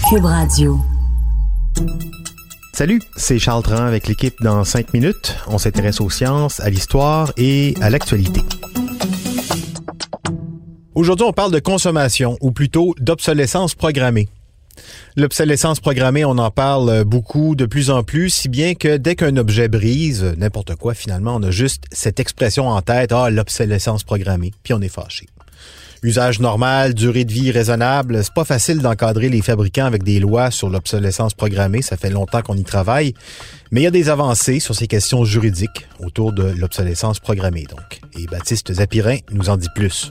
Cube Radio. Salut, c'est Charles Tran avec l'équipe dans 5 minutes. On s'intéresse aux sciences, à l'histoire et à l'actualité. Aujourd'hui, on parle de consommation, ou plutôt d'obsolescence programmée. L'obsolescence programmée, on en parle beaucoup, de plus en plus, si bien que dès qu'un objet brise, n'importe quoi finalement, on a juste cette expression en tête, l'obsolescence programmée, puis on est fâché. Usage normal, durée de vie raisonnable, c'est pas facile d'encadrer les fabricants avec des lois sur l'obsolescence programmée, ça fait longtemps qu'on y travaille, mais il y a des avancées sur ces questions juridiques autour de l'obsolescence programmée, donc. Et Baptiste Zapirin nous en dit plus.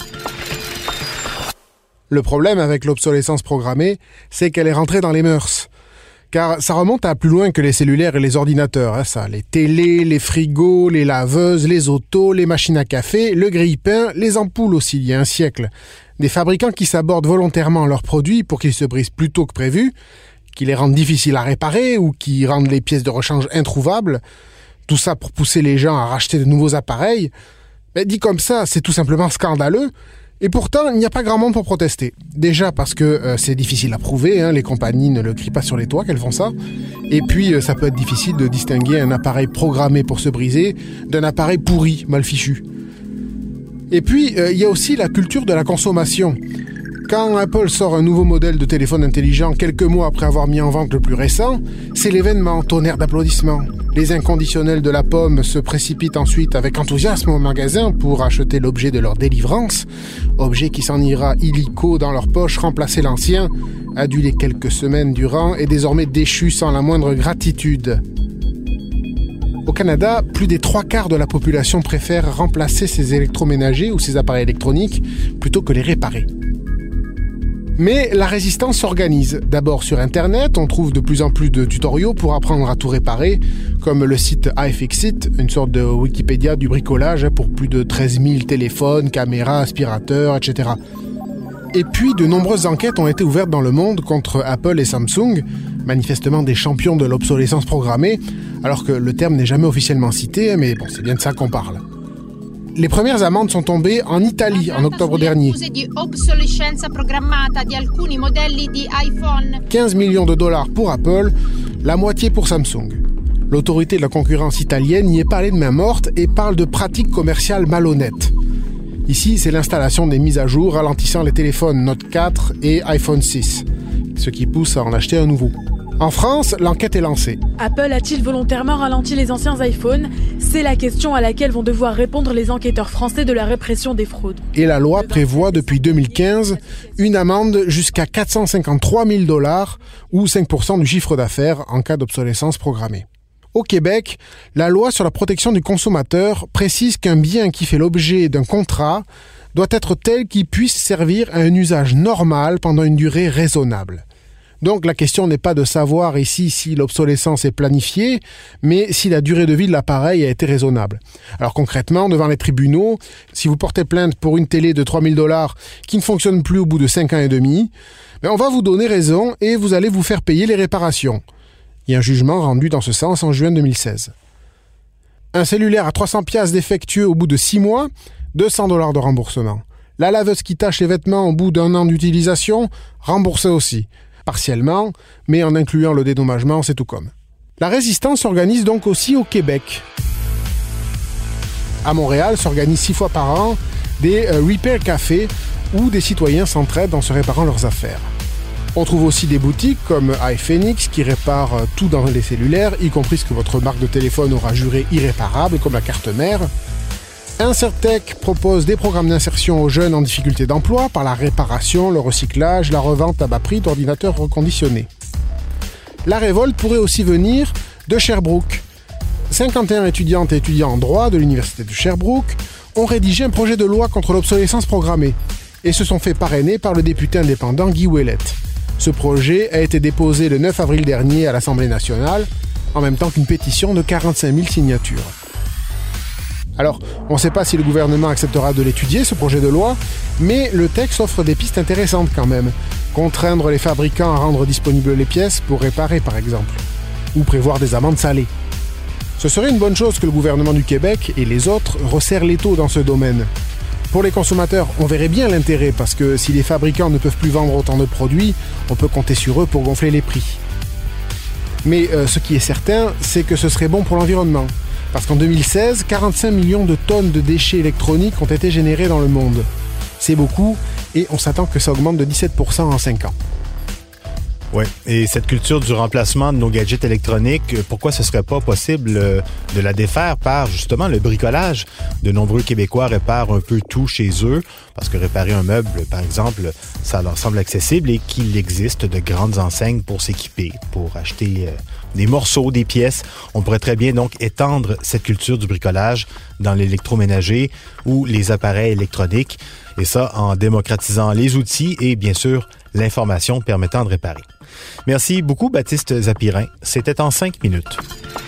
Le problème avec l'obsolescence programmée, c'est qu'elle est rentrée dans les mœurs. Car ça remonte à plus loin que les cellulaires et les ordinateurs. Ça, les télés, les frigos, les laveuses, les autos, les machines à café, le grille-pain, les ampoules aussi, il y a un siècle. Des fabricants qui sabordent volontairement leurs produits pour qu'ils se brisent plus tôt que prévu, qui les rendent difficiles à réparer ou qui rendent les pièces de rechange introuvables. Tout ça pour pousser les gens à racheter de nouveaux appareils. Mais dit comme ça, c'est tout simplement scandaleux. Et pourtant, il n'y a pas grand monde pour protester. Déjà parce que c'est difficile à prouver, les compagnies ne le crient pas sur les toits qu'elles font ça. Et puis, ça peut être difficile de distinguer un appareil programmé pour se briser d'un appareil pourri, mal fichu. Et puis, il y a aussi la culture de la consommation. Quand Apple sort un nouveau modèle de téléphone intelligent quelques mois après avoir mis en vente le plus récent, c'est l'événement, tonnerre d'applaudissements. Les inconditionnels de la pomme se précipitent ensuite avec enthousiasme au magasin pour acheter l'objet de leur délivrance, objet qui s'en ira illico dans leur poche, remplacer l'ancien, adulé quelques semaines durant et désormais déchu sans la moindre gratitude. Au Canada, plus des 3/4 de la population préfère remplacer ses électroménagers ou ses appareils électroniques plutôt que les réparer. Mais la résistance s'organise. D'abord sur Internet, on trouve de plus en plus de tutoriaux pour apprendre à tout réparer, comme le site iFixit, une sorte de Wikipédia du bricolage pour plus de 13 000 téléphones, caméras, aspirateurs, etc. Et puis, de nombreuses enquêtes ont été ouvertes dans le monde contre Apple et Samsung, manifestement des champions de l'obsolescence programmée, alors que le terme n'est jamais officiellement cité, mais bon, c'est bien de ça qu'on parle. Les premières amendes sont tombées en Italie en octobre dernier. 15 millions de dollars pour Apple, la moitié pour Samsung. L'autorité de la concurrence italienne n'y est pas allée de main morte et parle de pratiques commerciales malhonnêtes. Ici, c'est l'installation des mises à jour ralentissant les téléphones Note 4 et iPhone 6, ce qui pousse à en acheter un nouveau. En France, l'enquête est lancée. Apple a-t-il volontairement ralenti les anciens iPhones ? C'est la question à laquelle vont devoir répondre les enquêteurs français de la répression des fraudes. Et la loi prévoit depuis 2015 une amende jusqu'à 453 000 $ ou 5% du chiffre d'affaires en cas d'obsolescence programmée. Au Québec, la loi sur la protection du consommateur précise qu'un bien qui fait l'objet d'un contrat doit être tel qu'il puisse servir à un usage normal pendant une durée raisonnable. Donc la question n'est pas de savoir ici si l'obsolescence est planifiée, mais si la durée de vie de l'appareil a été raisonnable. Alors concrètement, devant les tribunaux, si vous portez plainte pour une télé de 3 000 $ qui ne fonctionne plus au bout de 5 ans et demi, on va vous donner raison et vous allez vous faire payer les réparations. Il y a un jugement rendu dans ce sens en juin 2016. Un cellulaire à 300 $ défectueux au bout de 6 mois, 200 $ de remboursement. La laveuse qui tache les vêtements au bout d'1 an d'utilisation, remboursée aussi. Partiellement, mais en incluant le dédommagement, c'est tout comme. La résistance s'organise donc aussi au Québec. À Montréal, s'organisent 6 fois par an des repair cafés où des citoyens s'entraident en se réparant leurs affaires. On trouve aussi des boutiques comme iPhoenix qui réparent tout dans les cellulaires, y compris ce que votre marque de téléphone aura juré irréparable, comme la carte mère. Insertec propose des programmes d'insertion aux jeunes en difficulté d'emploi par la réparation, le recyclage, la revente à bas prix d'ordinateurs reconditionnés. La révolte pourrait aussi venir de Sherbrooke. 51 étudiantes et étudiants en droit de l'université de Sherbrooke ont rédigé un projet de loi contre l'obsolescence programmée et se sont fait parrainer par le député indépendant Guy Ouellette. Ce projet a été déposé le 9 avril dernier à l'Assemblée nationale, en même temps qu'une pétition de 45 000 signatures. Alors, on ne sait pas si le gouvernement acceptera de l'étudier, ce projet de loi, mais le texte offre des pistes intéressantes quand même. Contraindre les fabricants à rendre disponibles les pièces pour réparer, par exemple. Ou prévoir des amendes salées. Ce serait une bonne chose que le gouvernement du Québec et les autres resserrent l'étau dans ce domaine. Pour les consommateurs, on verrait bien l'intérêt parce que si les fabricants ne peuvent plus vendre autant de produits, on peut compter sur eux pour gonfler les prix. Mais ce qui est certain, c'est que ce serait bon pour l'environnement. Parce qu'en 2016, 45 millions de tonnes de déchets électroniques ont été générés dans le monde. C'est beaucoup et on s'attend que ça augmente de 17% en 5 ans. Oui, et cette culture du remplacement de nos gadgets électroniques, pourquoi ce serait pas possible de la défaire par justement le bricolage? De nombreux Québécois réparent un peu tout chez eux, parce que réparer un meuble, par exemple, ça leur semble accessible et qu'il existe de grandes enseignes pour s'équiper, pour acheter des morceaux, des pièces. On pourrait très bien donc étendre cette culture du bricolage dans l'électroménager ou les appareils électroniques, et ça en démocratisant les outils et bien sûr l'information permettant de réparer. Merci beaucoup Baptiste Zapirin. C'était en 5 minutes.